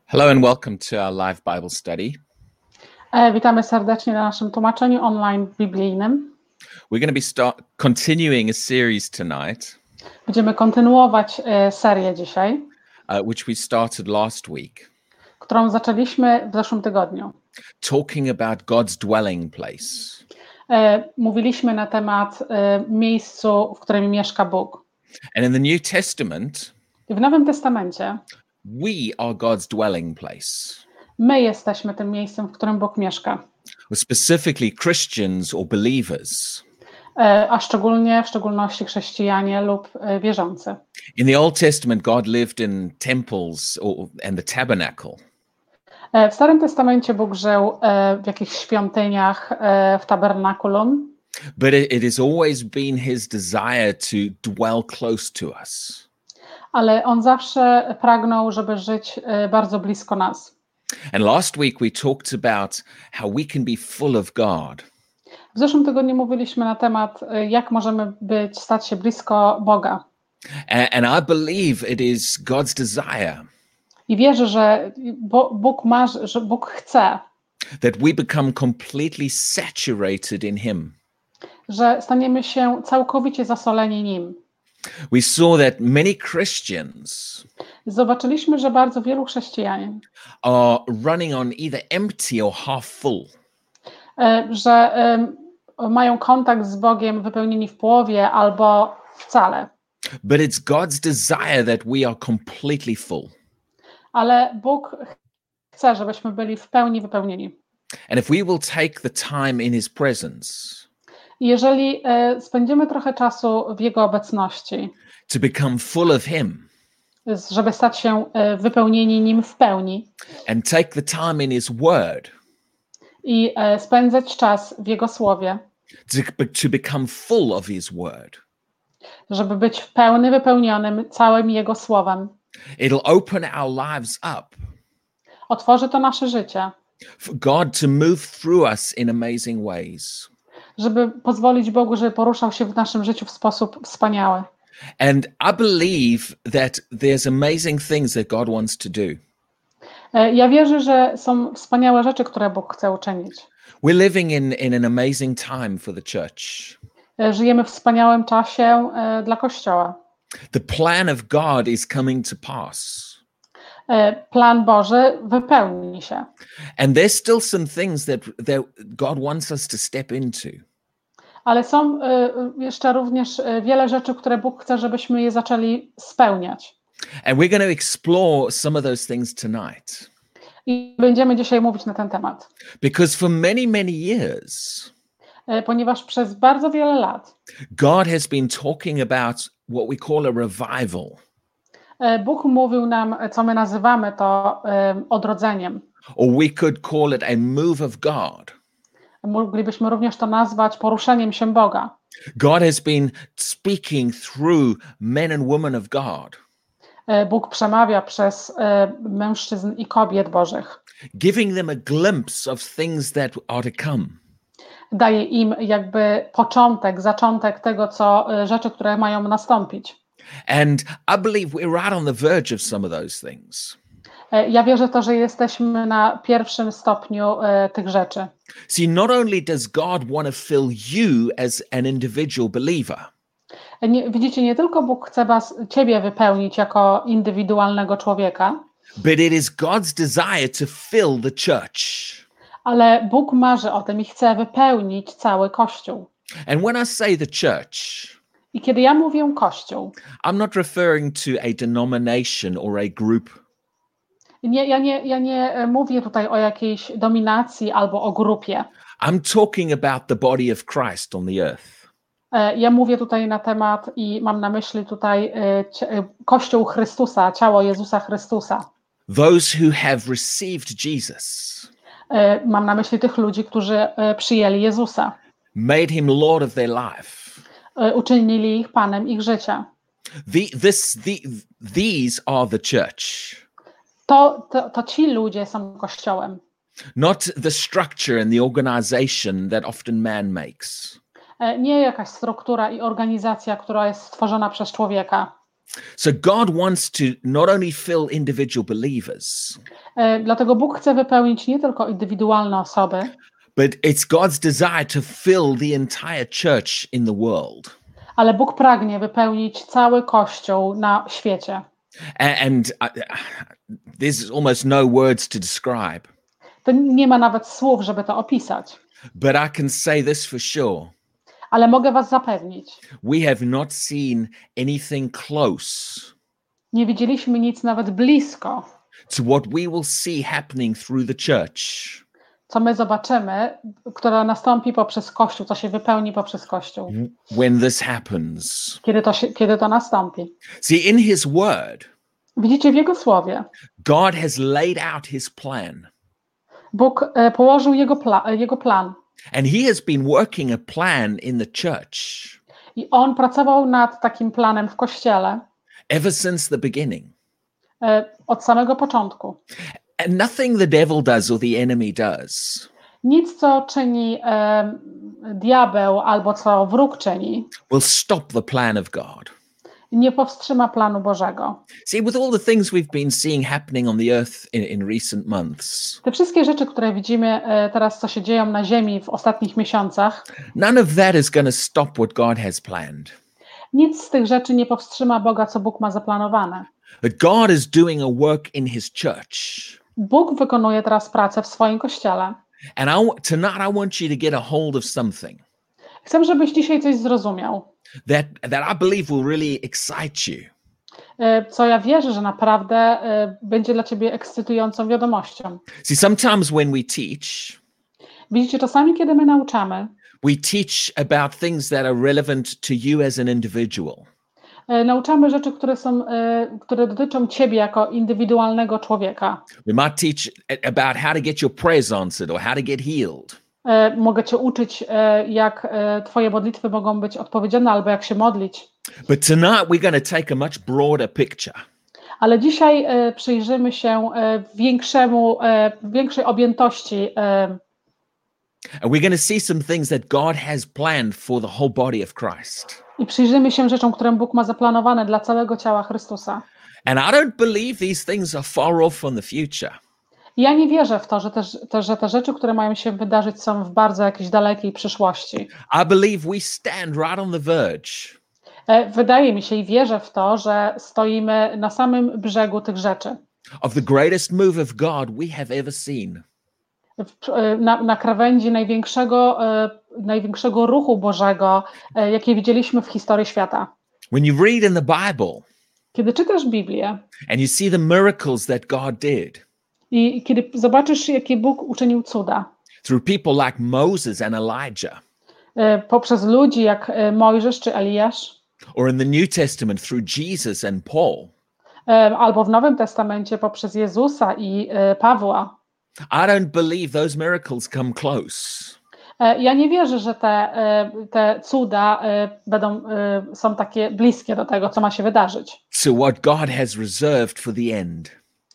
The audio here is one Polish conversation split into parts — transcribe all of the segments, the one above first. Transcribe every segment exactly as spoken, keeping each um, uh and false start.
Hello and welcome to our live Bible study. E, Witamy serdecznie na naszym tłumaczeniu online biblijnym. We're going to be start continuing a series tonight, Będziemy kontynuować e, serię dzisiaj, uh, which we started last week, którą zaczęliśmy w zeszłym tygodniu. talking about God's dwelling place. E, Mówiliśmy na temat e, miejscu, w którym mieszka Bóg. And in the New Testament, I w Nowym Testamencie we are God's dwelling place. my jesteśmy tym miejscem, w którym Bóg mieszka. Or specifically Christians or believers. E, A szczególnie, w szczególności chrześcijanie lub e, wierzący. In the Old Testament, God lived in temples or, and the tabernacle. E, W Starym Testamencie Bóg żył e, w jakichś świątyniach, e, w tabernakulum. But it, it has always been his desire to dwell close to us. Ale On zawsze pragnął, żeby żyć e, bardzo blisko nas. And last week we talked about how we can be full of God. W zeszłym tygodniu mówiliśmy na temat, e, jak możemy być, stać się blisko Boga. A- And I believe it is God's desire I wierzę, że Bo- Bóg ma, że Bóg chce, that we become completely saturated in Him. że staniemy się całkowicie zasoleni Nim. We saw that many Christians Zobaczyliśmy, że bardzo wielu chrześcijan, are running on either empty or half full. e, że em, mają kontakt z Bogiem wypełnieni w połowie albo wcale. But it's God's desire that we are completely full. Ale Bóg chce, żebyśmy byli w pełni wypełnieni. And if we will take the time in His presence I jeżeli e, spędzimy trochę czasu w Jego obecności, to become full of Him z- żeby stać się e, wypełnieni Nim w pełni and take the time in His Word i e, spędzać czas w Jego Słowie, to, to become full of His Word, żeby być w pełny wypełnionym całym Jego Słowem, it'll open our lives up otworzy to nasze życie, for God to move through us in amazing ways. żeby pozwolić Bogu, żeby poruszał się w naszym życiu w sposób wspaniały. And I believe that there's amazing things that God wants to do. E, Ja wierzę, że są wspaniałe rzeczy, które Bóg chce uczynić. We're living in, in an amazing time for the church. E, Żyjemy w wspaniałym czasie e, dla Kościoła. The plan of God is coming to pass. E, Plan Boży wypełni się, And there's still some things that, that God wants us to step into. ale są e, jeszcze również e, wiele rzeczy, które Bóg chce, żebyśmy je zaczęli spełniać. And we're going to explore some of those things tonight. I będziemy dzisiaj mówić na ten temat, Because for many, many years, E, ponieważ przez bardzo wiele lat God has been talking about what we call a revival. e, Bóg mówił nam, co my nazywamy to e, odrodzeniem. Or we could call it a move of God. Moglibyśmy również to nazwać poruszeniem się Boga. God has been speaking through men and women of God, E, Bóg przemawia przez e, mężczyzn i kobiet Bożych. giving them a glimpse of things that are to come. Daje im jakby początek, zaczątek tego, co e, rzeczy, które mają nastąpić. And I believe we're right on the verge of some of those things. E, Ja wierzę w to, że jesteśmy na pierwszym stopniu e, tych rzeczy. See, not only does God want to fill you as an individual believer, E, Nie, widzicie, nie tylko Bóg chce was, ciebie wypełnić jako indywidualnego człowieka, but it is God's desire to fill the church. ale Bóg marzy o tym i chce wypełnić cały Kościół. And when I say the church, I kiedy ja mówię Kościół, I'm not referring to a denomination or a group. nie, ja, nie, ja nie e, mówię tutaj o jakiejś dominacji albo o grupie. I'm talking about the body of Christ on the earth. E, Ja mówię tutaj na temat i mam na myśli tutaj e, cie- e, Kościół Chrystusa, ciało Jezusa Chrystusa. Those who have received Jesus, E, Mam na myśli tych ludzi, którzy e, przyjęli Jezusa, made him Lord of their life. e, uczynili ich Panem ich życia. The, this, the, these are the church, To, to, to ci ludzie są Kościołem. not the structure and the organization that often man makes. E, Nie jakaś struktura i organizacja, która jest stworzona przez człowieka. So God wants to not only fill individual believers, E, Dlatego Bóg chce wypełnić nie tylko indywidualne osoby, but it's God's desire to fill the entire church in the world. ale Bóg pragnie wypełnić cały Kościół na świecie. A- And uh, there's almost no words to describe, To nie ma nawet słów, żeby to opisać, but I can say this for sure. ale mogę was zapewnić, We have not seen anything close nie widzieliśmy nic nawet blisko, to what we will see happening through the church co my zobaczymy, które nastąpi poprzez Kościół, co się wypełni poprzez Kościół, when this happens. kiedy to, się, kiedy to nastąpi. See, in his word, Widzicie w Jego Słowie, God has laid out his plan, Bóg e, położył Jego, pla, Jego plan and he has been working a plan in the church i On pracował nad takim planem w Kościele ever since the beginning. e, od samego początku. And nothing the devil does or the enemy does Nic, co czyni e, diabeł albo co wróg czyni, will stop the plan of God. nie powstrzyma planu Bożego. See, with all the things we've been seeing happening on the earth in, in recent months, Te wszystkie rzeczy, które widzimy e, teraz, co się dzieją na ziemi w ostatnich miesiącach, none of that is going to stop what God has planned. nic z tych rzeczy nie powstrzyma Boga, co Bóg ma zaplanowane. But God is doing a work in his church. Bóg wykonuje teraz pracę w swoim Kościele. And I, wa- tonight I want you to get a hold of something Chcę, żebyś dzisiaj coś zrozumiał, that, that I believe will really excite you. e, co ja wierzę, że naprawdę e, będzie dla ciebie ekscytującą wiadomością. See, sometimes when we teach, Widzicie, czasami, kiedy my nauczamy, we teach about things that are relevant to you as an individual. e, nauczamy rzeczy, które są, e, które dotyczą ciebie jako indywidualnego człowieka. We might teach a- about how to get your prayers answered or how to get healed. E, mogę cię uczyć, e, jak e, twoje modlitwy mogą być odpowiedziane albo jak się modlić. But tonight we're going to take a much broader picture. Ale dzisiaj e, przyjrzymy się e, większemu, e, większej objętości e, And we're going to see some things that God has planned for the whole body of Christ. i przyjrzymy się rzeczom, które Bóg ma zaplanowane dla całego ciała Chrystusa. And I don't believe these things are far off from the future. I ja nie wierzę w to, że te, te, że te rzeczy, które mają się wydarzyć, są w bardzo jakiejś dalekiej przyszłości. I believe we stand right on the verge E, Wydaje mi się i wierzę w to, że stoimy na samym brzegu tych rzeczy. of the greatest move of God we have ever seen. W- e, Na, na krawędzi największego, e, największego ruchu Bożego, e, jakie widzieliśmy w historii świata. When you read in the Bible Kiedy czytasz Biblię and you see the miracles that God did i kiedy zobaczysz, jakie Bóg uczynił cuda through people like Moses and Elijah, e, poprzez ludzi jak e, Mojżesz czy Eliasz, or in the New Testament through Jesus and Paul, e, albo w Nowym Testamencie poprzez Jezusa i e, Pawła, I don't believe those miracles come close e, ja nie wierzę, że te, e, te cuda e, będą, e, są takie bliskie do tego, co ma się wydarzyć. to what God has reserved for the end.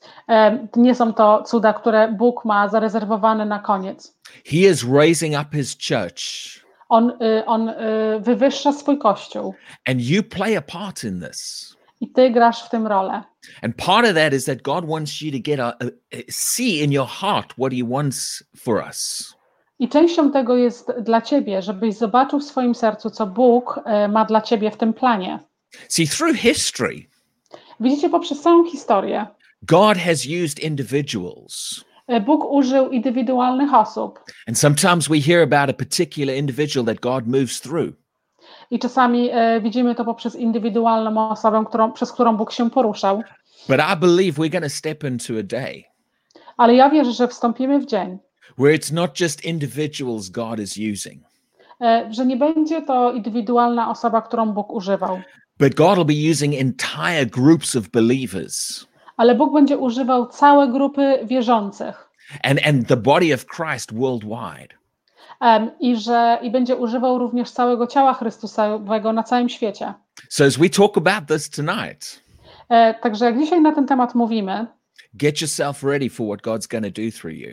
E, Nie są to cuda, które Bóg ma zarezerwowane na koniec. He is raising up his church, On, e, on e, wywyższa swój Kościół and you play a part in this. i ty grasz w tym rolę. And part of that is that God wants you to get a, a, a see in your heart what he wants for us. I częścią tego jest dla ciebie, żebyś zobaczył w swoim sercu, co Bóg e, ma dla ciebie w tym planie. See, through history, Widzicie, poprzez całą historię God has used individuals. e, Bóg użył indywidualnych osób And sometimes we hear about a particular individual that God moves through. i czasami e, widzimy to poprzez indywidualną osobę, którą, przez którą Bóg się poruszał. But I believe we're going to step into a day Ale ja wierzę, że wstąpimy w dzień, where it's not just individuals God is using, e, że nie będzie to indywidualna osoba, którą Bóg używał, but God will be using entire groups of believers ale Bóg będzie używał całe grupy wierzących and, and the body of Christ worldwide. em, i że i będzie używał również całego ciała Chrystusowego na całym świecie. So as we talk about this tonight, E, Także jak dzisiaj na ten temat mówimy, get yourself ready for what God's going to do through you.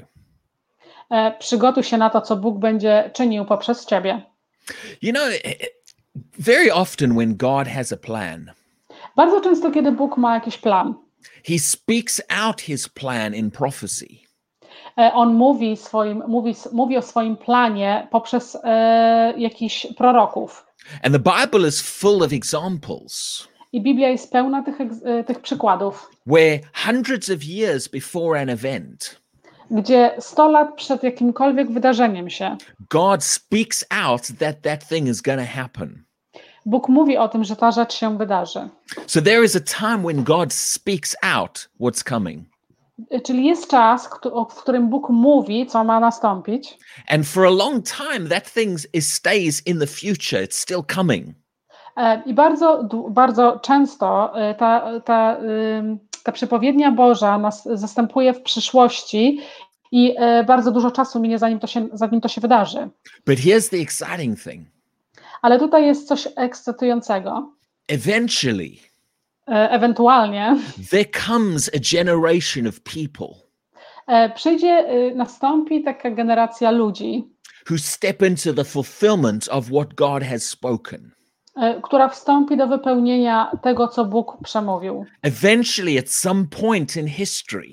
e, przygotuj się na to, co Bóg będzie czynił poprzez ciebie. You know, very often when God has a plan, Bardzo często, kiedy Bóg ma jakiś plan, he speaks out his plan in prophecy. e, On mówi, swoim, mówi, mówi o swoim planie poprzez e, jakichś proroków. And the Bible is full of examples I Biblia jest pełna tych, egz- e, tych przykładów, where hundreds of years before an event, gdzie sto lat przed jakimkolwiek wydarzeniem się God speaks out that that thing is going to happen. Bóg mówi o tym, że ta rzecz się wydarzy. So there is a time when God speaks out what's coming. Czyli jest czas, kto- w którym Bóg mówi, co ma nastąpić. And for a long time, that thing is, stays in the future. It's still coming. E, I bardzo, du- bardzo często e, ta, ta, ym, ta przepowiednia Boża nas zastępuje w przyszłości i e, bardzo dużo czasu minie, zanim to się, zanim to się wydarzy. But here's the exciting thing. Ale tutaj jest coś ekscytującego. Eventually, E, Ewentualnie there comes a generation of people e, przyjdzie, e, nastąpi taka generacja ludzi, who step into the fulfillment of what God has spoken. e, która wstąpi do wypełnienia tego, co Bóg przemówił. Eventually, at some point in history,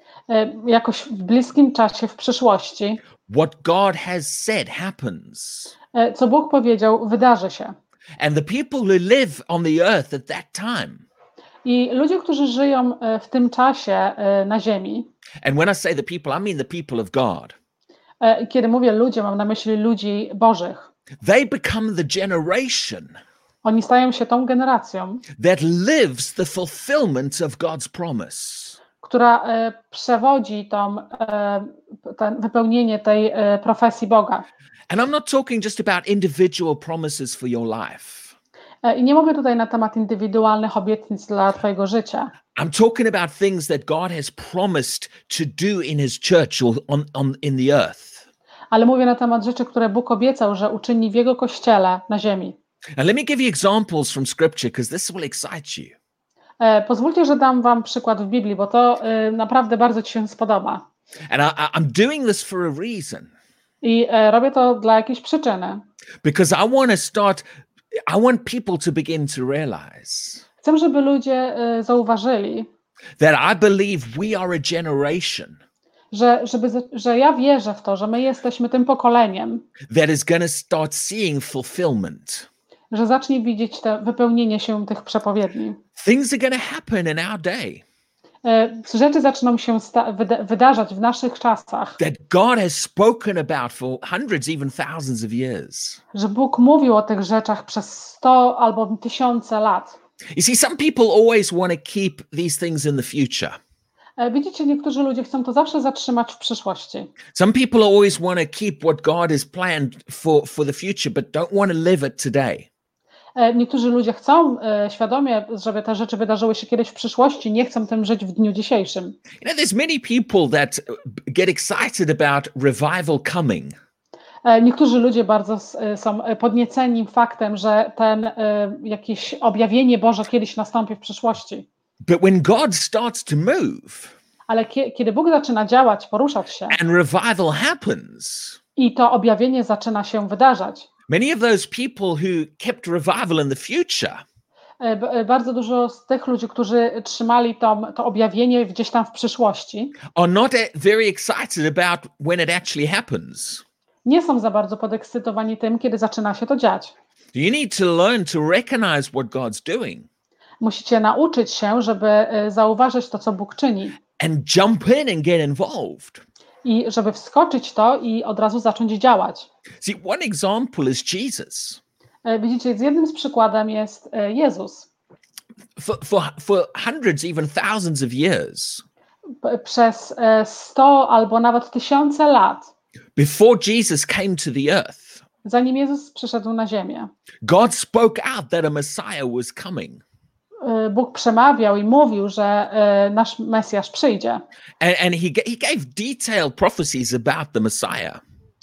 E, Jakoś w bliskim czasie, w przyszłości, what God has said happens. e, co Bóg powiedział, wydarzy się. And the people who live on the earth at that time, I ludzie, którzy żyją e, w tym czasie e, na ziemi, and when I say the people, I mean the people of God, e, kiedy mówię ludzie, mam na myśli ludzi bożych, they become the generation oni stają się tą generacją, that lives the fulfillment of God's promise. która e, przewodzi tą, e, ten, wypełnienie tej e, profesji Boga. And I'm not talking just about individual promises for your life. E, I nie mówię tutaj na temat indywidualnych obietnic dla twojego życia. I'm talking about things that God has promised to do in his church or on, on in the earth. Ale mówię na temat rzeczy, które Bóg obiecał, że uczyni w Jego Kościele na ziemi. And let me give you examples from scripture because this will excite you. E, Pozwólcie, że dam wam przykład w Biblii, bo to e, naprawdę bardzo ci się spodoba. And I, I- I'm doing this for a reason I e, robię to dla jakiejś przyczyny. because I want to start, I want people to begin to realize Chcę, żeby ludzie e, zauważyli, that I believe we are a generation że, żeby, z- że ja wierzę w to, że my jesteśmy tym pokoleniem, that is going to start seeing fulfillment. że zacznie widzieć te wypełnienie się tych przepowiedni. Things are going to happen in our day E, Rzeczy zaczną się sta- wyda- wydarzać w naszych czasach, that God has spoken about for hundreds, even thousands of years. że Bóg mówił o tych rzeczach przez sto albo tysiące lat. You see, some people always want to keep these things in the future. E, Widzicie, niektórzy ludzie chcą to zawsze zatrzymać w przyszłości. Some people always want to keep what God has planned for, for the future, but don't want to live it today. E, Niektórzy ludzie chcą e, świadomie, żeby te rzeczy wydarzyły się kiedyś w przyszłości, nie chcą tym żyć w dniu dzisiejszym. You know, there's many people that get excited about revival coming, E, Niektórzy ludzie bardzo s- e, są e, podnieceni faktem, że ten e, jakieś objawienie Boże kiedyś nastąpi w przyszłości. but when God starts to move Ale kie- kiedy Bóg zaczyna działać, poruszać się and revival happens, i to objawienie zaczyna się wydarzać, many of those people who kept revival in the future e, b- e, bardzo dużo z tych ludzi, którzy trzymali to, to objawienie gdzieś tam w przyszłości, are not e- very excited about when it actually happens. nie są za bardzo podekscytowani tym, kiedy zaczyna się to dziać. You need to learn to recognize what God's doing Musicie nauczyć się, żeby e, zauważyć to, co Bóg czyni and jump in and get involved. i żeby wskoczyć to i od razu zacząć działać. See, one example is Jesus. E, Widzicie, z jednym z przykładem jest e, Jezus. For, for, for hundreds, even thousands of years, P- Przez e, sto albo nawet tysiące lat, before Jesus came to the earth, zanim Jezus przyszedł na ziemię, God spoke out that a Messiah was coming. e, Bóg przemawiał i mówił, że e, nasz Mesjasz przyjdzie. And, and he, ga- he gave detailed prophecies about the Messiah.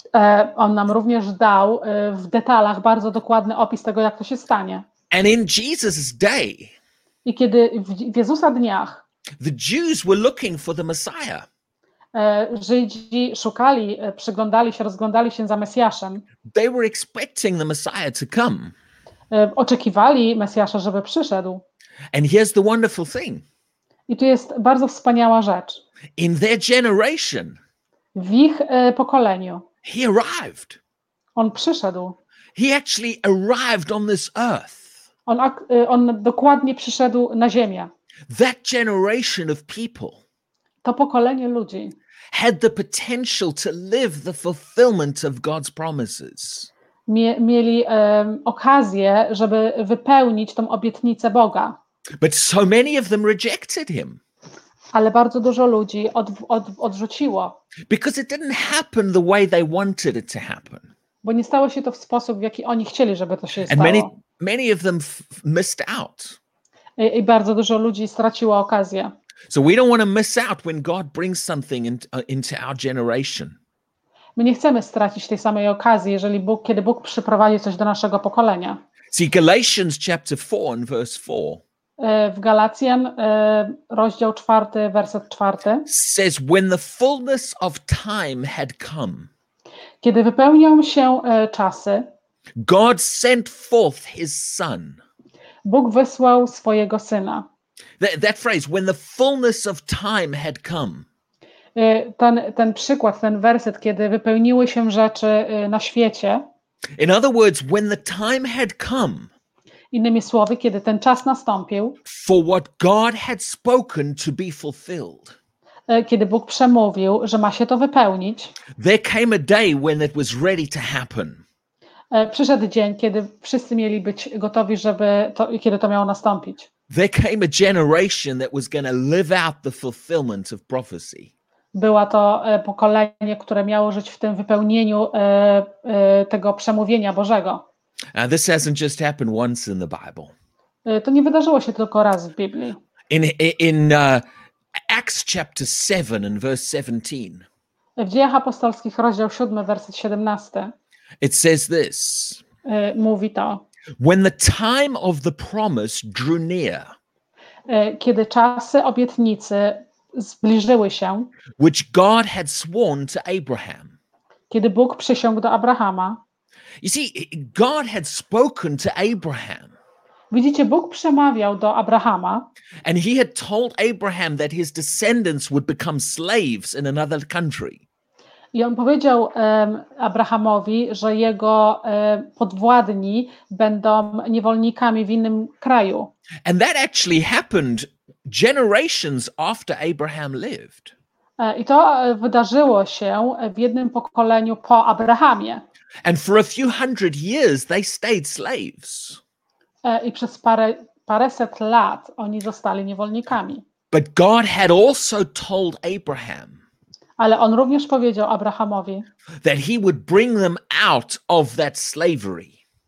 E, On nam również dał e, w detalach bardzo dokładny opis tego, jak to się stanie. And in Jesus' day, I kiedy w w Jezusa dniach the Jews were looking for the Messiah. e, Żydzi szukali, e, przyglądali się, rozglądali się za Mesjaszem, They were expecting the Messiah to come. e, oczekiwali Mesjasza, żeby przyszedł. And here's the wonderful thing. I tu jest bardzo wspaniała rzecz. In their generation, W ich e, pokoleniu he arrived. on przyszedł. He actually arrived on this earth. On, ak- e, on dokładnie przyszedł na ziemię. That generation of people To pokolenie ludzi had the potential to live the fulfillment of God's promises. mie- mieli e, okazję, żeby wypełnić tą obietnicę Boga. But so many of them rejected him Ale bardzo dużo ludzi od, od, odrzuciło, because it didn't happen the way they wanted it to happen. bo nie stało się to w sposób, w jaki oni chcieli, żeby to się And many, stało. many of them f- missed out. I, I bardzo dużo ludzi straciło okazję. So we don't want to miss out when God brings something in, uh, into our generation. My nie chcemy stracić tej samej okazji, jeżeli Bóg, kiedy Bóg przyprowadzi coś do naszego pokolenia. See, Galatians chapter four and verse four E, W Galacjan, e, rozdział czwarty, werset czwarty. says, when the fullness of time had come, Kiedy wypełnią się e, czasy, God sent forth his son. Bóg wysłał swojego Syna. That, that phrase, when the fullness of time had come, E, Ten, ten przykład, ten werset, kiedy wypełniły się rzeczy e, na świecie, in other words, when the time had come innymi słowy, kiedy ten czas nastąpił, for what God had spoken to be fulfilled, e, kiedy Bóg przemówił, że ma się to wypełnić, there came a day when it was ready to happen. e, przyszedł dzień, kiedy wszyscy mieli być gotowi, żeby to, kiedy to miało nastąpić. There came a generation that was going to live out the fulfillment of prophecy. Była to e, pokolenie, które miało żyć w tym wypełnieniu e, e, tego przemówienia Bożego. Now, this hasn't just happened once in the Bible. E, To nie wydarzyło się tylko raz w Biblii. In in uh, Acts chapter seven and verse seventeen, W Dziejach Apostolskich, rozdział siódmy, werset siedemnasty, it says this: e, mówi to, when the time of the promise drew near, e, kiedy czasy obietnicy zbliżyły się, which God had sworn to Abraham. kiedy Bóg przysiągł do Abrahama. You see, God had spoken to Abraham, Widzicie, Bóg przemawiał do Abrahama and he had told Abraham that his descendants would become slaves in another country. i on powiedział em, Abrahamowi, że jego em, podwładni będą niewolnikami w innym kraju. And that actually happened generations after Abraham lived. E, I to e, wydarzyło się w jednym pokoleniu po Abrahamie. And for a few hundred years, they stayed slaves. E, I przez parę, paręset lat oni zostali niewolnikami. But God had also told Abraham Ale on również powiedział Abrahamowi, that he would bring them out of that slavery,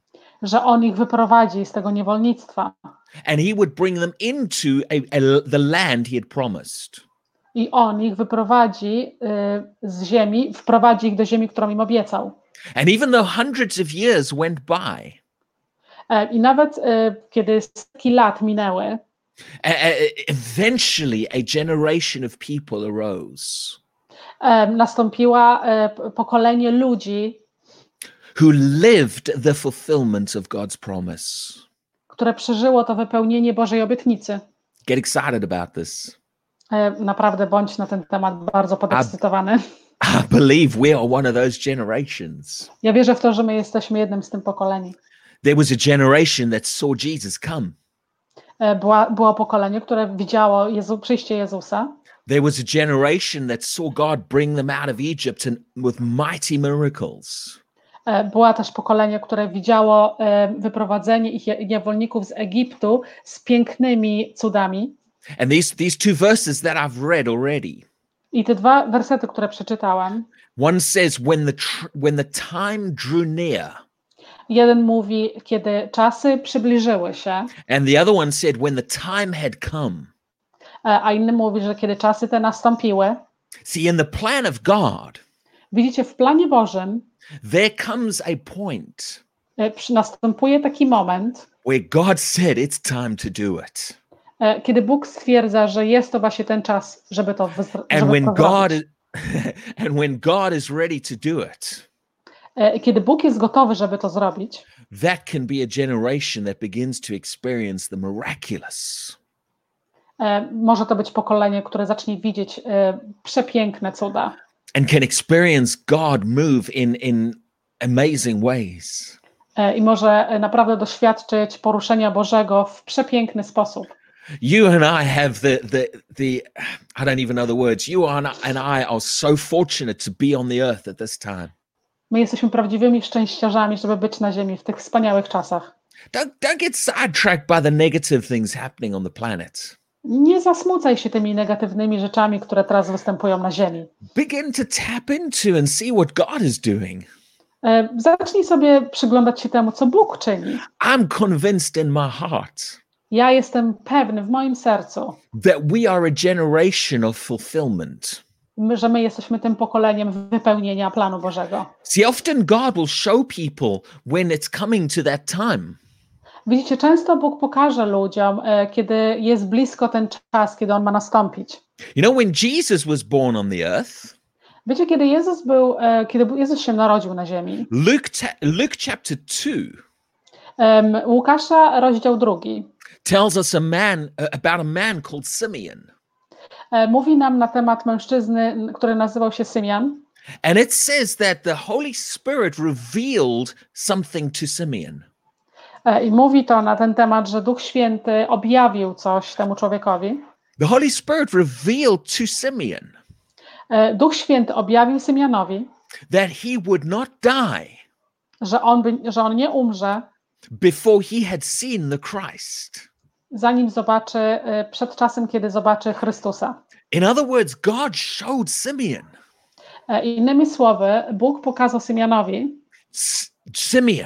że on ich wyprowadzi z tego niewolnictwa and he would bring them into a, a, the land he had promised. i on ich wyprowadzi y, z ziemi, wprowadzi ich do ziemi, którą im obiecał. And even though hundreds of years went by, E, I nawet y, kiedy setki lat minęły, a- a- eventually a generation of people arose e, nastąpiła e, p- pokolenie ludzi, who lived the fulfillment of God's promise. które przeżyło to wypełnienie Bożej obietnicy. Get excited about this. E, Naprawdę bądź na ten temat bardzo podekscytowany. I believe we are one of those generations. Ja wierzę w to, że my jesteśmy jednym z tym pokoleń. There was a generation that saw Jesus come. E, Była, było pokolenie, które widziało Jezu, przyjście Jezusa. There was a generation that saw God bring them out of Egypt and with mighty miracles. E, Była też pokolenie, które widziało e, wyprowadzenie ich je- niewolników z Egiptu z pięknymi cudami. And these, these two verses that I've read already, I te dwa wersety, które przeczytałem, one says, when the, tr- when the time drew near, jeden mówi, kiedy czasy przybliżyły się, and the other one said, when the time had come. e, a inny mówi, że kiedy czasy te nastąpiły. See, in the plan of God, Widzicie, w planie Bożym there comes a point e, przy- następuje taki moment, where God said, it's time to do it. e, kiedy Bóg stwierdza, że jest to właśnie ten czas, żeby to, wyz- And żeby when to God zrobić. is, and when God is ready to do it, E, Kiedy Bóg jest gotowy, żeby to zrobić, that can be a generation that begins to experience the miraculous. E, może to być pokolenie, które zacznie widzieć e, przepiękne cuda. And can experience God move in, in amazing ways. E, I może e, naprawdę doświadczyć poruszenia Bożego w przepiękny sposób. You and I have the, the, the, I don't even know the words. You and I, and I are so fortunate to be on the earth at this time. My jesteśmy prawdziwymi szczęściarzami, żeby być na ziemi w tych wspaniałych czasach. Don't, don't get sidetracked by the negative things happening on the planet. Nie zasmucaj się tymi negatywnymi rzeczami, które teraz występują na ziemi. Begin to tap into and see what God is doing. E, Zacznij sobie przyglądać się temu, co Bóg czyni. I'm convinced in my heart Ja jestem pewny w moim sercu, that we are a generation of fulfillment. my- że my jesteśmy tym pokoleniem wypełnienia planu Bożego. See, often God will show people when it's coming to that time. Widzicie, często Bóg pokaże ludziom, e, kiedy jest blisko ten czas, kiedy On ma nastąpić. You know, when Jesus was born on the earth, Wiecie, kiedy Jezus był, e, kiedy Jezus się narodził na ziemi, Luke, ta- Luke chapter two em, Łukasza, rozdział drugi, tells us a man uh, about a man called Simeon. e, mówi nam na temat mężczyzny, który nazywał się Symian. And it says that the Holy Spirit revealed something to Simeon. E, I mówi to na ten temat, że Duch Święty objawił coś temu człowiekowi. The Holy Spirit revealed to Simeon E, Duch Święty objawił Symianowi, that he would not die że on, by, że on nie umrze, before he had seen the Christ. zanim zobaczy, e, przed czasem, kiedy zobaczy Chrystusa. In other words, God showed Simeon, E, Innymi słowy, Bóg pokazał Symianowi, S- Simeon,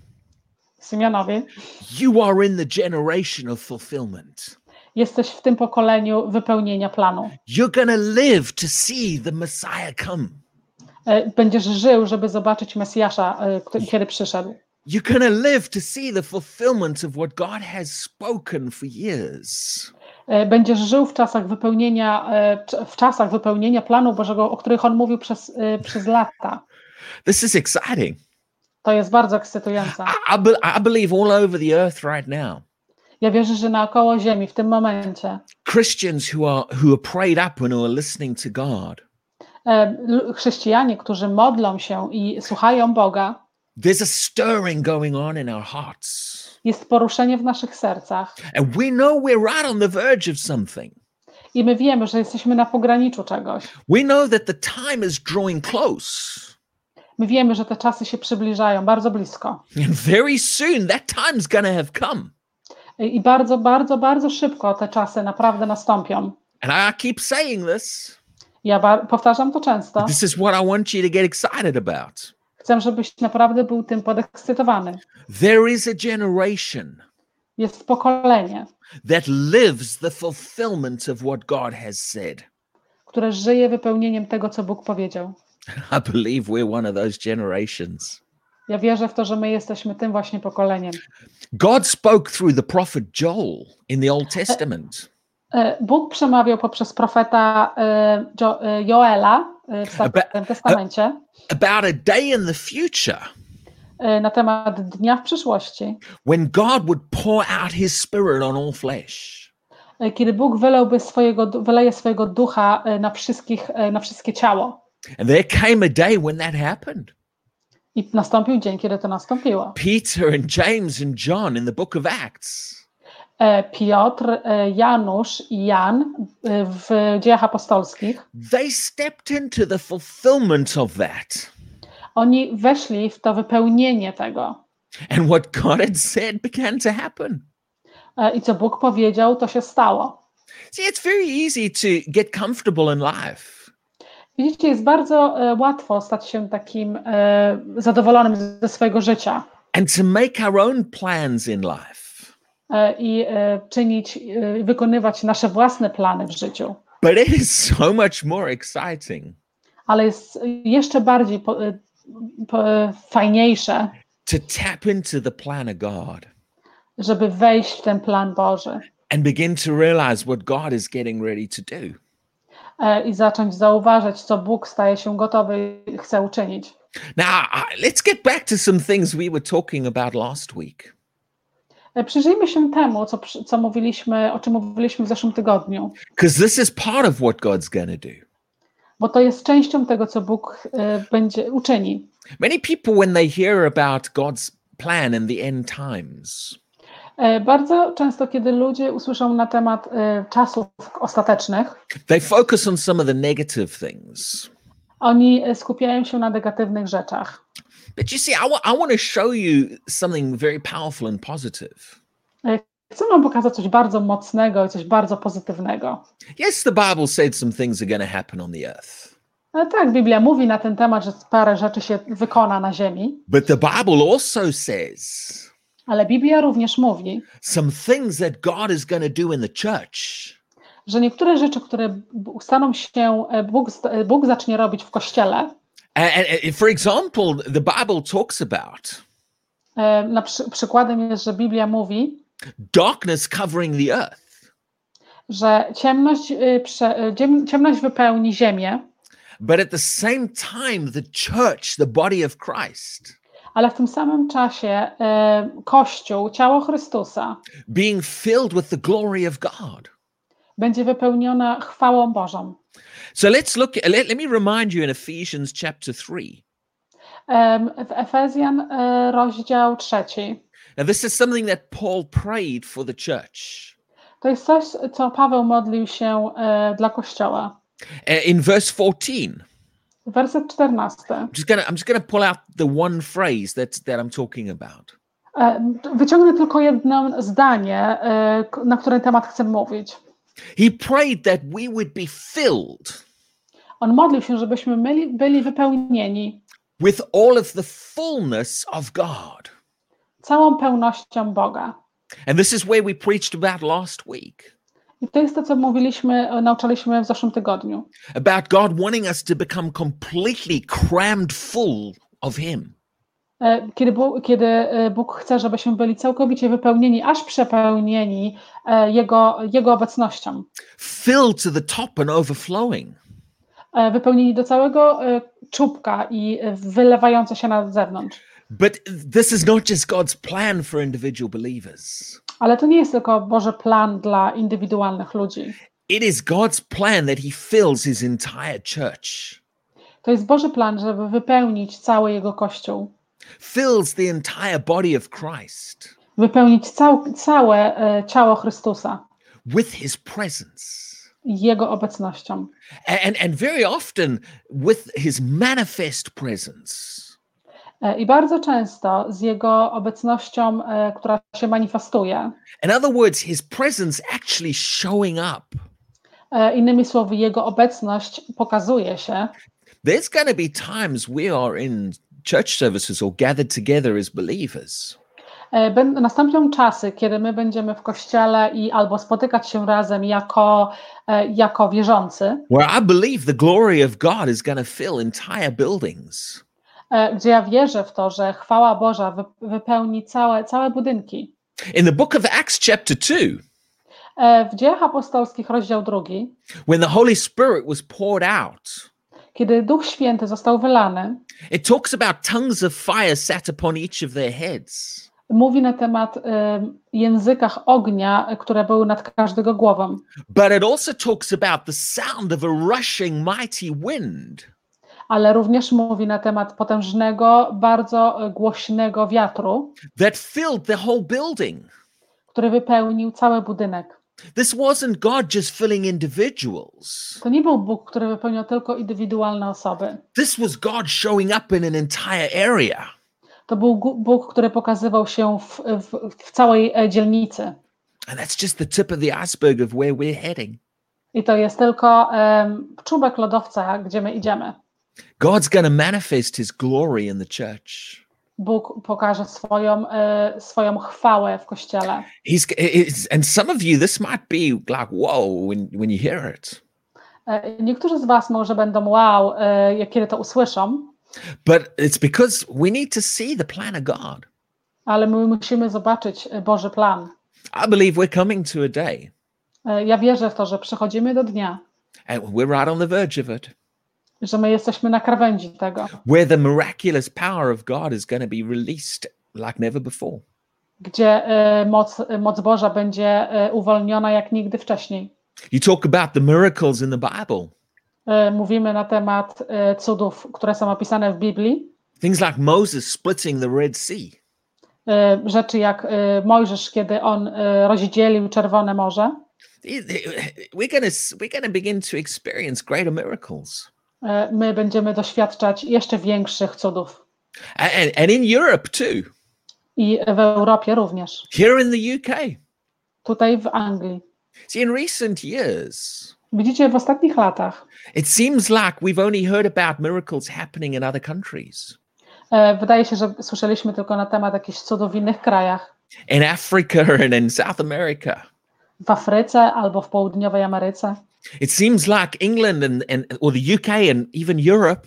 Symianowi, you are in the generation of fulfillment. jesteś w tym pokoleniu wypełnienia planu. You're going to live to see the Messiah come. E, Będziesz żył, żeby zobaczyć Mesjasza, e, który- kiedy przyszedł. You're going to live to see the fulfillment of what God has spoken for years. E, Będziesz żył w czasach wypełnienia, e, cz- w czasach wypełnienia planu Bożego, o których On mówił przez, e, przez lata. This is exciting. To jest bardzo ekscytujące. I, I, be- I believe all over the earth right now, Ja wierzę, że naokoło ziemi w tym momencie Christians who are who are prayed up and who are listening to God, e, l- chrześcijanie, którzy modlą się i słuchają Boga, there's a stirring going on in our hearts. jest poruszenie w naszych sercach And we know we're right on the verge of something. i my wiemy, że jesteśmy na pograniczu czegoś. We know that the time is drawing close. My wiemy, że te czasy się przybliżają bardzo blisko. And very soon that time's going to have come. I i bardzo, bardzo, bardzo szybko te czasy naprawdę nastąpią. And I keep saying this. Ja ba- powtarzam to często. This is what I want you to get excited about. Chcę, żebyś naprawdę był tym podekscytowany. There is a generation Jest pokolenie, that lives the fulfillment of what God has said. które żyje wypełnieniem tego, co Bóg powiedział. I believe we're one of those generations. Ja wierzę w to, że my jesteśmy tym właśnie pokoleniem. God spoke through the prophet Joel in the Old Testament E, Bóg przemawiał poprzez profeta e, Jo- e, Joela e, w Starym Testamencie about a day in the future e, na temat dnia w przyszłości, when God would pour out his spirit on all flesh. e, kiedy Bóg wylałby swojego, du- wyleje swojego ducha e, na wszystkich, e, na wszystkie ciało. And there came a day when that happened. I nastąpił dzień, kiedy to nastąpiło. Peter and James and John in the book of Acts, E, Piotr, e, Janusz i Jan e, w Dziejach Apostolskich, they stepped into the fulfillment of that. oni weszli w to wypełnienie tego. And what God had said began to happen. E, I co Bóg powiedział, to się stało. See, it's very easy to get comfortable in life. Widzicie, jest bardzo e, łatwo stać się takim e, zadowolonym ze swojego życia And to make our own plans in life. e, i e, czynić, e, wykonywać nasze własne plany w życiu. But it is so much more exciting Ale jest jeszcze bardziej po, e, po, e, fajniejsze, to tap into the plan of God żeby wejść w ten plan Boży and begin to realize what God is getting ready to do. e, i zacząć zauważać, co Bóg staje się gotowy i chce uczynić. Now, uh, let's get back to some things we were talking about last week. E, Przyjrzyjmy się temu, co, przy- co mówiliśmy, o czym mówiliśmy w zeszłym tygodniu, Because this is part of what God's going to do. bo to jest częścią tego, co Bóg e, będzie uczyni. Many people, when they hear about God's plan in the end times, E, Bardzo często, kiedy ludzie usłyszą na temat e, czasów ostatecznych, they focus on some of the negative things. oni e, skupiają się na negatywnych rzeczach. But you see, I, wa- I want to show you something very powerful and positive. E, Chcę wam pokazać coś bardzo mocnego i coś bardzo pozytywnego. Yes, the Bible said some things are going to happen on the earth. E, Tak, Biblia mówi na ten temat, że parę rzeczy się wykona na ziemi, But the Bible also says ale Biblia również mówi, some things that God is going to do in the church. że niektóre rzeczy, które b- staną się, e, Bóg, st- e, Bóg zacznie robić w Kościele, And, and for example, the Bible talks about e, na przy, przykładem jest, że Biblia mówi, darkness covering the earth. że ciemność, e, prze, e, ziem- ciemność wypełni ziemię, But at the same time, the church, the body of Christ, ale w tym samym czasie e, Kościół, ciało Chrystusa, being filled with the glory of God. będzie wypełniona chwałą Bożą. So let's look, let, let me remind you in Ephesians chapter three. Em, W Efezjan e, rozdział trzeci. Now, this is something that Paul prayed for the church. To jest coś, co Paweł modlił się e, dla Kościoła. Uh, In verse fourteen, Werset czternasty. I'm just gonna, I'm just gonna pull out the one phrase that's, that I'm talking about. E, Wyciągnę tylko jedno zdanie, e, k- na który temat chcę mówić. He prayed that we would be filled On modlił się, żebyśmy myli, byli wypełnieni with all of the fullness of God. całą pełnością Boga. And this is where we preached about last week, I to jest to, co mówiliśmy, e, nauczaliśmy w zeszłym tygodniu. about God wanting us to become completely crammed full of Him. E, Kiedy Bóg, kiedy e, Bóg chce, żebyśmy byli całkowicie wypełnieni, aż przepełnieni e, Jego, Jego obecnością. Filled to the top and overflowing. E, Wypełnieni do całego e, czubka i e, wylewające się na zewnątrz. But this is not just God's plan for individual believers. Ale to nie jest tylko Boży plan dla indywidualnych ludzi. It is God's plan that He fills His entire church, To jest Boży plan, żeby wypełnić cały Jego Kościół. fills the entire body of Christ Wypełnić cał, całe e, ciało Chrystusa with His presence. Jego obecnością. And, and very often with His manifest presence. E, I bardzo często z Jego obecnością, e, która się manifestuje. In other words, His presence actually showing up. E, Innymi słowy, Jego obecność pokazuje się. There's going to be times we are in church services or gathered together as believers, E, bę- Nastąpią czasy, kiedy my będziemy w kościele i albo spotykać się razem jako, e, jako wierzący, where I believe the glory of God is going to fill entire buildings. e, gdzie ja wierzę w to, że chwała Boża wy- wypełni całe, całe budynki. In the book of Acts chapter two, E, W Dziejach Apostolskich, rozdział drugi, when the Holy Spirit was poured out, kiedy Duch Święty został wylany, it talks about tongues of fire sat upon each of their heads. mówi na temat e, językach ognia, e, które były nad każdego głową. But it also talks about the sound of a rushing mighty wind. Ale również mówi na temat potężnego, bardzo e, głośnego wiatru, That filled the whole building. który wypełnił cały budynek. This wasn't God just filling individuals. To nie był Bóg, który wypełniał tylko indywidualne osoby. This was God showing up in an entire area. To był Gu- Bóg, który pokazywał się w, w, w całej e, dzielnicy. And that's just the tip of the iceberg of where we're heading. I to jest tylko em, czubek lodowca, gdzie my idziemy. God's going to manifest His glory in the church. Bóg pokaże swoją, e, swoją chwałę w Kościele. He's, it's, and some of you, this might be like, whoa, when, when you hear it. E, Niektórzy z was może będą wow, e, jak kiedy to usłyszą, But it's because we need to see the plan of God. ale my musimy zobaczyć e, Boży plan. I believe we're coming to a day, E, Ja wierzę w to, że przychodzimy do dnia and we're right on the verge of it, że my jesteśmy na krawędzi tego, where the miraculous power of God is going to be released like never before. gdzie e, moc, moc Boża będzie e, uwolniona jak nigdy wcześniej. You talk about the miracles in the Bible. E, mówimy na temat e, cudów, które są opisane w Biblii. Things like Moses splitting the Red Sea. E, rzeczy jak e, Mojżesz, kiedy on e, rozdzielił Czerwone Morze. We're going to we're going to begin to experience greater miracles. E, my będziemy doświadczać jeszcze większych cudów. And, and in Europe too. I w Europie również. Here in the U K. Tutaj w Anglii. See, in recent years, Widzicie, w ostatnich latach it seems like we've only heard about miracles happening in other countries. e, wydaje się, że słyszeliśmy tylko na temat jakichś cudów w innych krajach. In Africa and in South America. W Afryce albo w Południowej Ameryce. It seems like England and, and or the U K and even Europe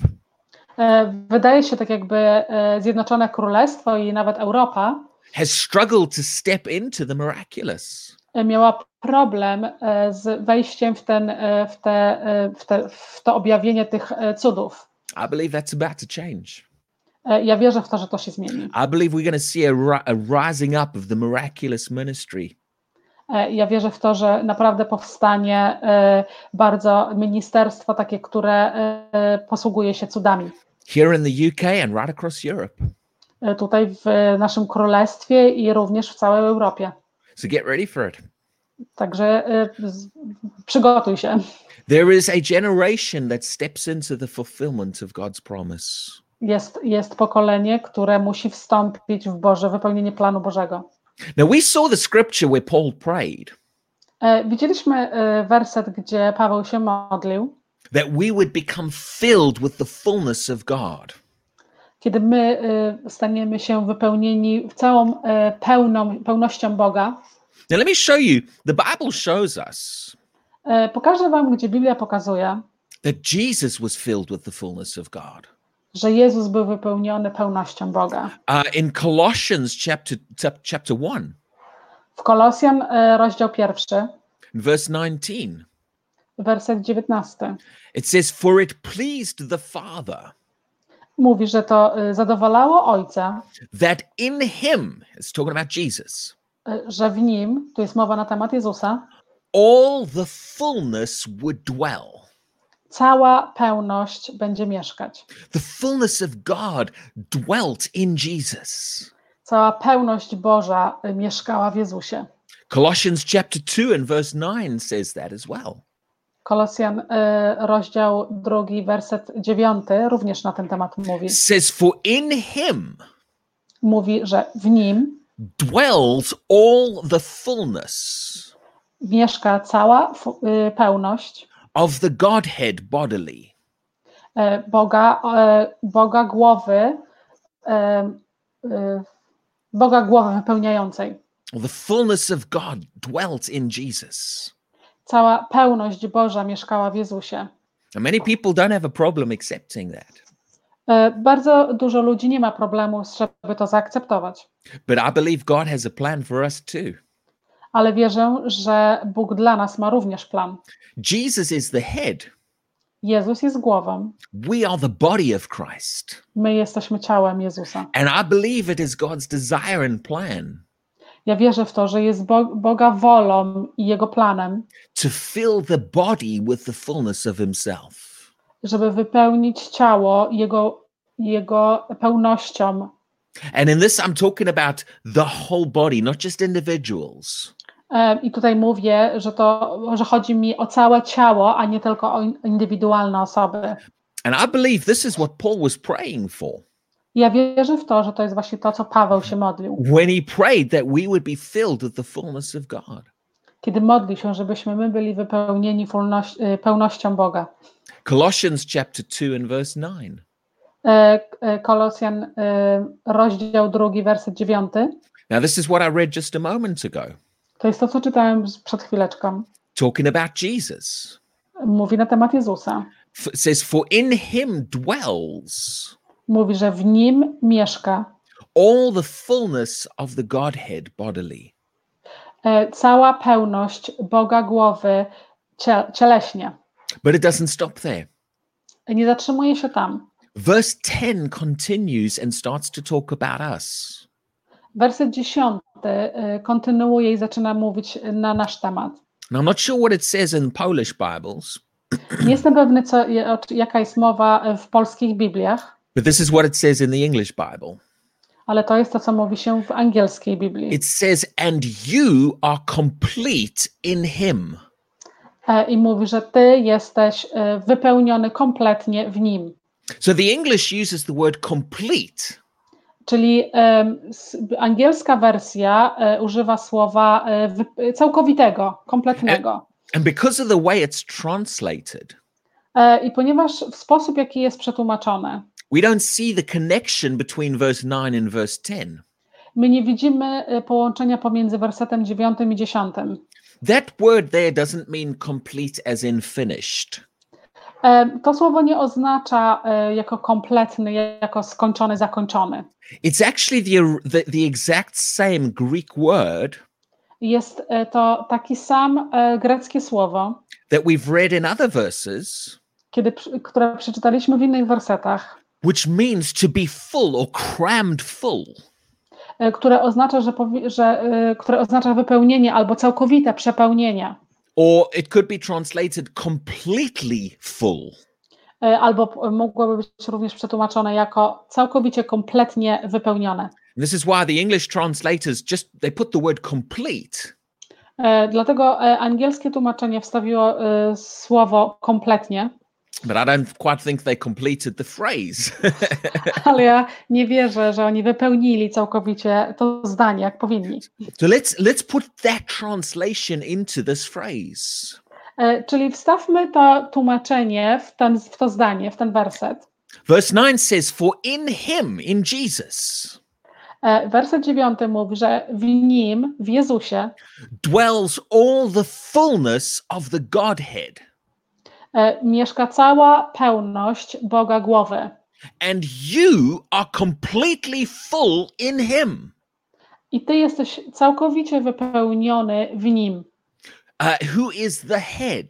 E, wydaje się tak jakby e, Zjednoczone Królestwo i nawet Europa has struggled to step into the miraculous. e, miała problem e, z wejściem w, ten, e, w, te, e, w, te, w to objawienie tych e, cudów. I believe that's about to change. E, ja wierzę w to, że to się zmieni. I believe we're going to see a, ri- a rising up of the miraculous ministry. E, ja wierzę w to, że naprawdę powstanie e, bardzo ministerstwo takie, które e, posługuje się cudami. Here in the U K and right across Europe. E, tutaj w naszym królestwie i również w całej Europie. So get ready for it. Także e, z, przygotuj się. There is a generation that steps into the fulfillment of God's promise. Jest, jest pokolenie, które musi wstąpić w Boże, wypełnienie planu Bożego. Now we saw the scripture where Paul prayed E, widzieliśmy e, werset, gdzie Paweł się modlił, that we would become filled with the fullness of God. kiedy my e, staniemy się wypełnieni całą e, pełną, pełnością Boga. Now let me show you, the Bible shows us E, pokażę wam, gdzie Biblia pokazuje, that Jesus was filled with the fullness of God. że Jezus był wypełniony pełnością Boga. Uh, in Colossians chapter, chap- chapter one, W Kolosjan e, rozdział pierwszy, in verse nineteen, werset dziewiętnasty, it says, for it pleased the Father mówi, że to e, zadowalało Ojca, that in him, it's talking about Jesus, e, że w Nim, tu jest mowa na temat Jezusa, all the fullness would dwell. cała pełność będzie mieszkać. The fullness of God dwelt in Jesus. Cała pełność Boża e, mieszkała w Jezusie. Colossians chapter two and verse nine says that as well. Kolosjan e, rozdział drugi, werset dziewiąty również na ten temat mówi. It says, for in him Mówi, że w Nim dwells all the fullness mieszka cała fu- y, pełność of the Godhead bodily. e, Boga, e, Boga głowy, e, e, Boga głowy wypełniającej. The fullness of God dwelt in Jesus. Cała pełność Boża mieszkała w Jezusie. And many people don't have a problem accepting that. E, Bardzo dużo ludzi nie ma problemu, żeby to zaakceptować. But I believe God has a plan for us too. Ale wierzę, że Bóg dla nas ma również plan. Jesus is the head. Jezus jest głową. We are the body of Christ. My jesteśmy ciałem Jezusa. And I believe it is God's desire and plan Ja wierzę w to, że jest Bo- Boga wolą i Jego planem, to fill the body with the fullness of himself. żeby wypełnić ciało Jego, Jego pełnością. And in this, I'm talking about the whole body, not just individuals. E, I tutaj mówię, że to, że chodzi mi o całe ciało, a nie tylko o in- indywidualne osoby. And I believe this is what Paul was praying for Ja wierzę w to, że to jest właśnie to, co Paweł się modlił. when he prayed that we would be filled with the fullness of God. Kiedy modlił się, żebyśmy my byli wypełnieni fulnoś- y, pełnością Boga. Colossians chapter two and verse nine. E, e, Kolosjan, e, rozdział drugi, werset dziewiąty. Now, this is what I read just a moment ago, To jest to, co czytałem z- przed chwileczką. talking about Jesus. Mówi na temat Jezusa. F- It says, for in him dwells Mówi, że w Nim mieszka all the fullness of the Godhead bodily. e, cała pełność Boga głowy cie, cieleśnie. But it doesn't stop there. nie zatrzymuje się tam. Verse ten continues and starts to talk about us. Werset dziesiąty y, kontynuuje i zaczyna mówić na nasz temat. Now, I'm not sure what it says in Polish Bibles, Nie jestem pewny, co, jaka jest mowa w polskich Bibliach, but this is what it says in the English Bible. ale to jest to, co mówi się w angielskiej Biblii. It says, and you are complete in him. E, I mówi, że ty jesteś e, wypełniony kompletnie w nim. So the English uses the word complete. Czyli e, s, angielska wersja e, używa słowa e, wy, całkowitego, kompletnego. And because of the way it's translated, e, I ponieważ w sposób, jaki jest przetłumaczone, we don't see the connection between verse nine and verse ten. my nie widzimy e, połączenia pomiędzy wersetem dziewiątym i dziesiątym. That word there doesn't mean complete as in finished. E, to słowo nie oznacza e, jako kompletny, jako skończony, zakończony. It's actually the, the, the exact same Greek word Jest e, to taki sam e, greckie słowo, that we've read in other verses, kiedy, które przeczytaliśmy w innych wersetach, which means to be full or crammed full. e, które oznacza, że, powi- że e, które oznacza wypełnienie albo całkowite przepełnienie, Or it could be translated completely full. e, albo p- mogłoby być również przetłumaczone jako całkowicie, kompletnie wypełnione. And this is why the English translators just, they put the word complete. E, dlatego e, angielskie tłumaczenie wstawiło e, słowo kompletnie, But I don't quite think they completed the phrase. ale ja nie wierzę, że oni wypełnili całkowicie to zdanie, jak powinni. So let's let's put that translation into this phrase. E, Czyli wstawmy to tłumaczenie w, ten, w to zdanie, w ten werset. Verse nine says, for in him, in Jesus, E, Werset dziewiąty mówi, że w nim, w Jezusie, dwells all the fullness of the Godhead. e, mieszka cała pełność Boga głowy. And you are completely full in him. I ty jesteś całkowicie wypełniony w nim. Uh, who is the head?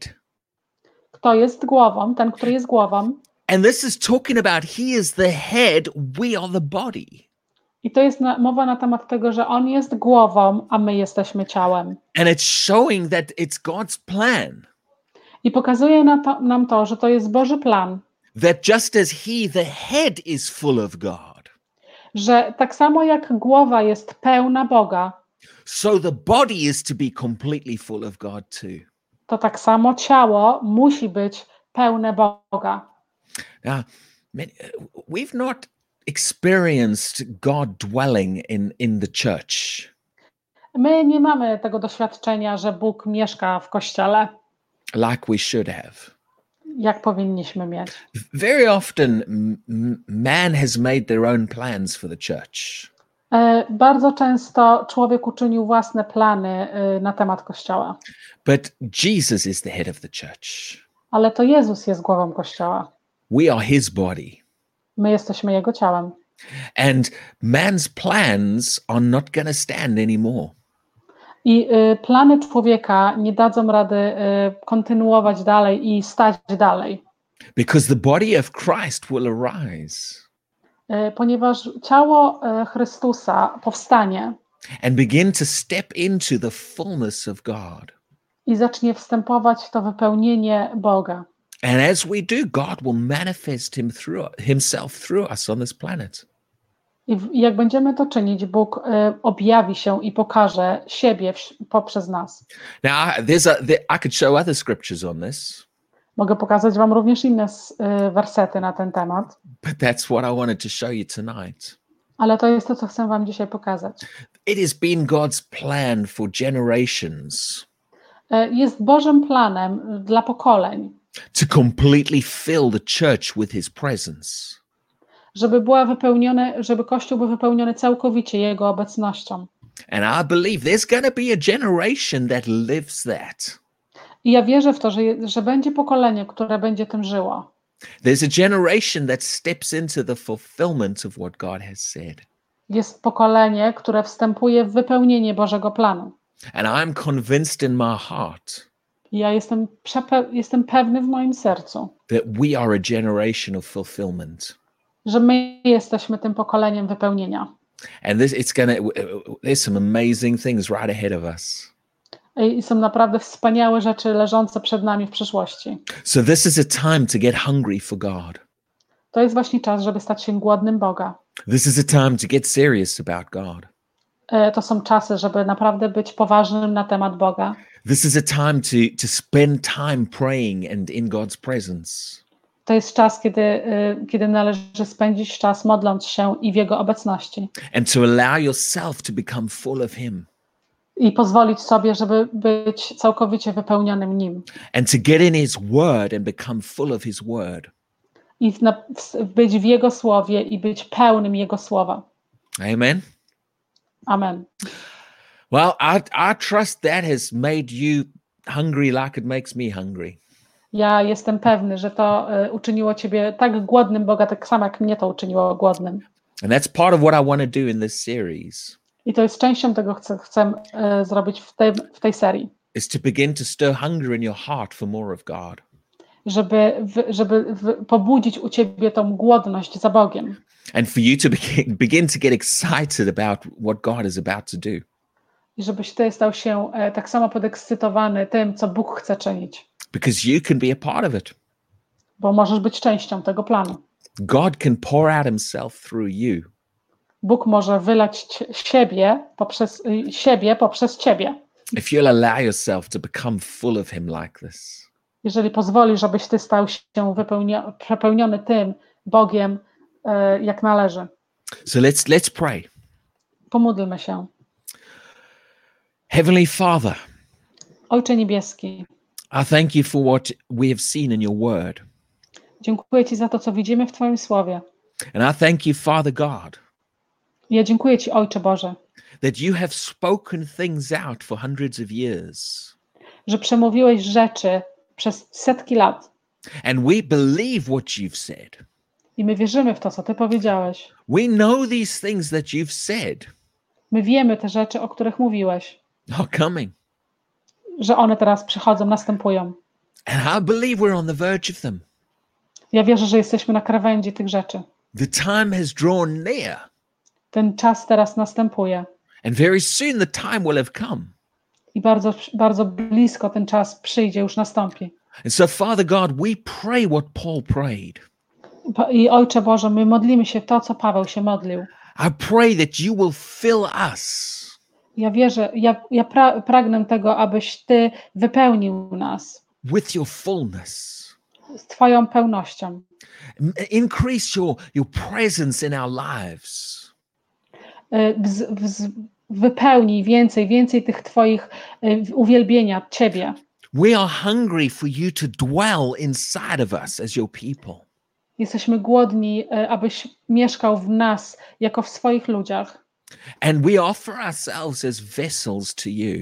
Kto jest głową? Ten, który jest głową. And this is talking about he is the head, we are the body. I to jest na, mowa na temat tego, że on jest głową, a my jesteśmy ciałem. And it's showing that it's God's plan. I pokazuje na to, nam to, że to jest Boży plan, That just as he, the head, is full of God, że tak samo jak głowa jest pełna Boga, so the body is to be completely full of God too. to tak samo ciało musi być pełne Boga. Now, many, we've not experienced God dwelling in, in the church. My nie mamy tego doświadczenia, że Bóg mieszka w Kościele, Like we should have. jak powinniśmy mieć. Very often, m- man has made their own plans for the church. E, Bardzo często człowiek uczynił własne plany e, na temat Kościoła, But Jesus is the head of the church. ale to Jezus jest głową Kościoła. We are his body. My jesteśmy Jego ciałem. And man's plans are not going to stand anymore. I y, plany człowieka nie dadzą rady y, kontynuować dalej i stać dalej, Because the body of Christ will arise y, ponieważ ciało y, Chrystusa powstanie and begin to step into the fullness of God. i zacznie wstępować w to wypełnienie Boga. And as we do, God will manifest him through himself through us on this planet. I, w, i jak będziemy to czynić, Bóg y, objawi się i pokaże siebie w, poprzez nas. Now, I- there's a there, I could show other scriptures on this, Mogę pokazać wam również inne y, wersety na ten temat, but that's what I wanted to show you tonight. ale to jest to, co chcę wam dzisiaj pokazać. It has been God's plan for generations Y, jest Bożym planem dla pokoleń, to completely fill the church with his presence. żeby była wypełnione, żeby Kościół był wypełniony całkowicie Jego obecnością. And I believe there's going to be a generation that lives that. I ja wierzę w to, że, że będzie pokolenie, które będzie tym żyło. There's a generation that steps into the fulfillment of what God has said. Jest pokolenie, które wstępuje w wypełnienie Bożego planu. And I'm convinced in my heart Ja jestem, przepe- jestem pewny w moim sercu, that we are a generation of fulfillment. że my jesteśmy tym pokoleniem wypełnienia. And this, it's gonna. There's some amazing things right ahead of us. I są naprawdę wspaniałe rzeczy leżące przed nami w przyszłości. So this is a time to get hungry for God. To jest właśnie czas, żeby stać się głodnym Boga. This is a time to get serious about God. E, To są czasy, żeby naprawdę być poważnym na temat Boga. This is a time to to spend time praying and in God's presence. To jest czas, kiedy, y, kiedy należy spędzić czas modląc się i w Jego obecności. And to allow yourself to become full of Him. I pozwolić sobie, żeby być całkowicie wypełnionym Nim. And to get in His Word and become full of His Word. I w, na, w, być w Jego Słowie i być pełnym Jego Słowa. Amen. Amen. Well, I I trust that has made you hungry like it makes me hungry. Ja jestem pewny, że to y, uczyniło Ciebie tak głodnym Boga, tak samo jak mnie to uczyniło głodnym. And that's part of what I want to do in this series. I to jest częścią tego, co chcę, chcę y, zrobić w tej, w tej serii. Is to begin to stir hunger in your heart for more of God. Żeby, w, żeby w, pobudzić u Ciebie tą głodność za Bogiem. And for you to begin, begin to get excited about what God is about to do. I żebyś Ty stał się e, tak samo podekscytowany tym, co Bóg chce czynić. Because you can be a part of it. Bo możesz być częścią tego planu. God can pour out Himself through you. Bóg może wylać cie- siebie poprzez, y, siebie poprzez Ciebie. If you'll allow yourself to become full of Him like this. Jeżeli pozwolisz, żebyś Ty stał się wypełnio- przepełniony tym Bogiem, e, jak należy. So let's let's pray. Pomódlmy się. Heavenly Father, Ojcze Niebieski, I thank you for what we have seen in your word. dziękuję Ci za to, co widzimy w Twoim Słowie. And I thank you, Father God, Ja dziękuję Ci, Ojcze Boże, that you have spoken things out for hundreds of years. że przemówiłeś rzeczy przez setki lat And we believe what you've said. i my wierzymy w to, co Ty powiedziałeś. We know these things that you've said My wiemy te rzeczy, o których mówiłeś, are coming. że one teraz przychodzą, następują. And I believe we're on the verge of them. Ja wierzę, że jesteśmy na krawędzi tych rzeczy. The time has drawn near. Ten czas teraz następuje And very soon the time will have come. i bardzo, bardzo blisko ten czas przyjdzie, już nastąpi. And so, Father God, we pray what Paul prayed. Pa- I Ojcze Boże, my modlimy się to, co Paweł się modlił. I pray that you will fill us Ja wierzę, ja, ja pra, pragnę tego, abyś Ty wypełnił nas with your fullness. z Twoją pełnością. M- Increase your, your presence in our lives. Y, wz, wz, Wypełnij więcej, więcej tych Twoich y, uwielbienia Ciebie. We are hungry for you to dwell inside of us as your people. Jesteśmy głodni, y, abyś mieszkał w nas jako w swoich ludziach. And we offer ourselves as vessels to you,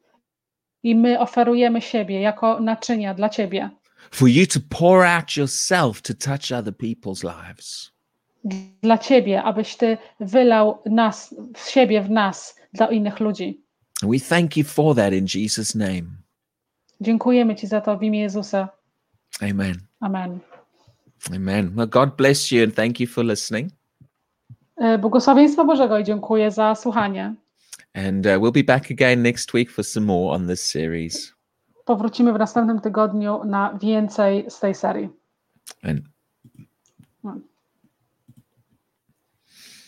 I my oferujemy siebie jako naczynia dla Ciebie. for you to pour out yourself to touch other people's lives. Dla Ciebie, abyś Ty wylał nas, siebie w nas dla innych ludzi. And we thank you for that in Jesus' name. Dziękujemy Ci za to w imię Jezusa. Amen. Amen. Amen. Well, God bless you and thank you for listening. Y, Błogosławieństwa Bożego i dziękuję za słuchanie. And uh, we'll be back again next week for some more on this series. Powrócimy w następnym tygodniu na więcej z tej serii. And Hmm.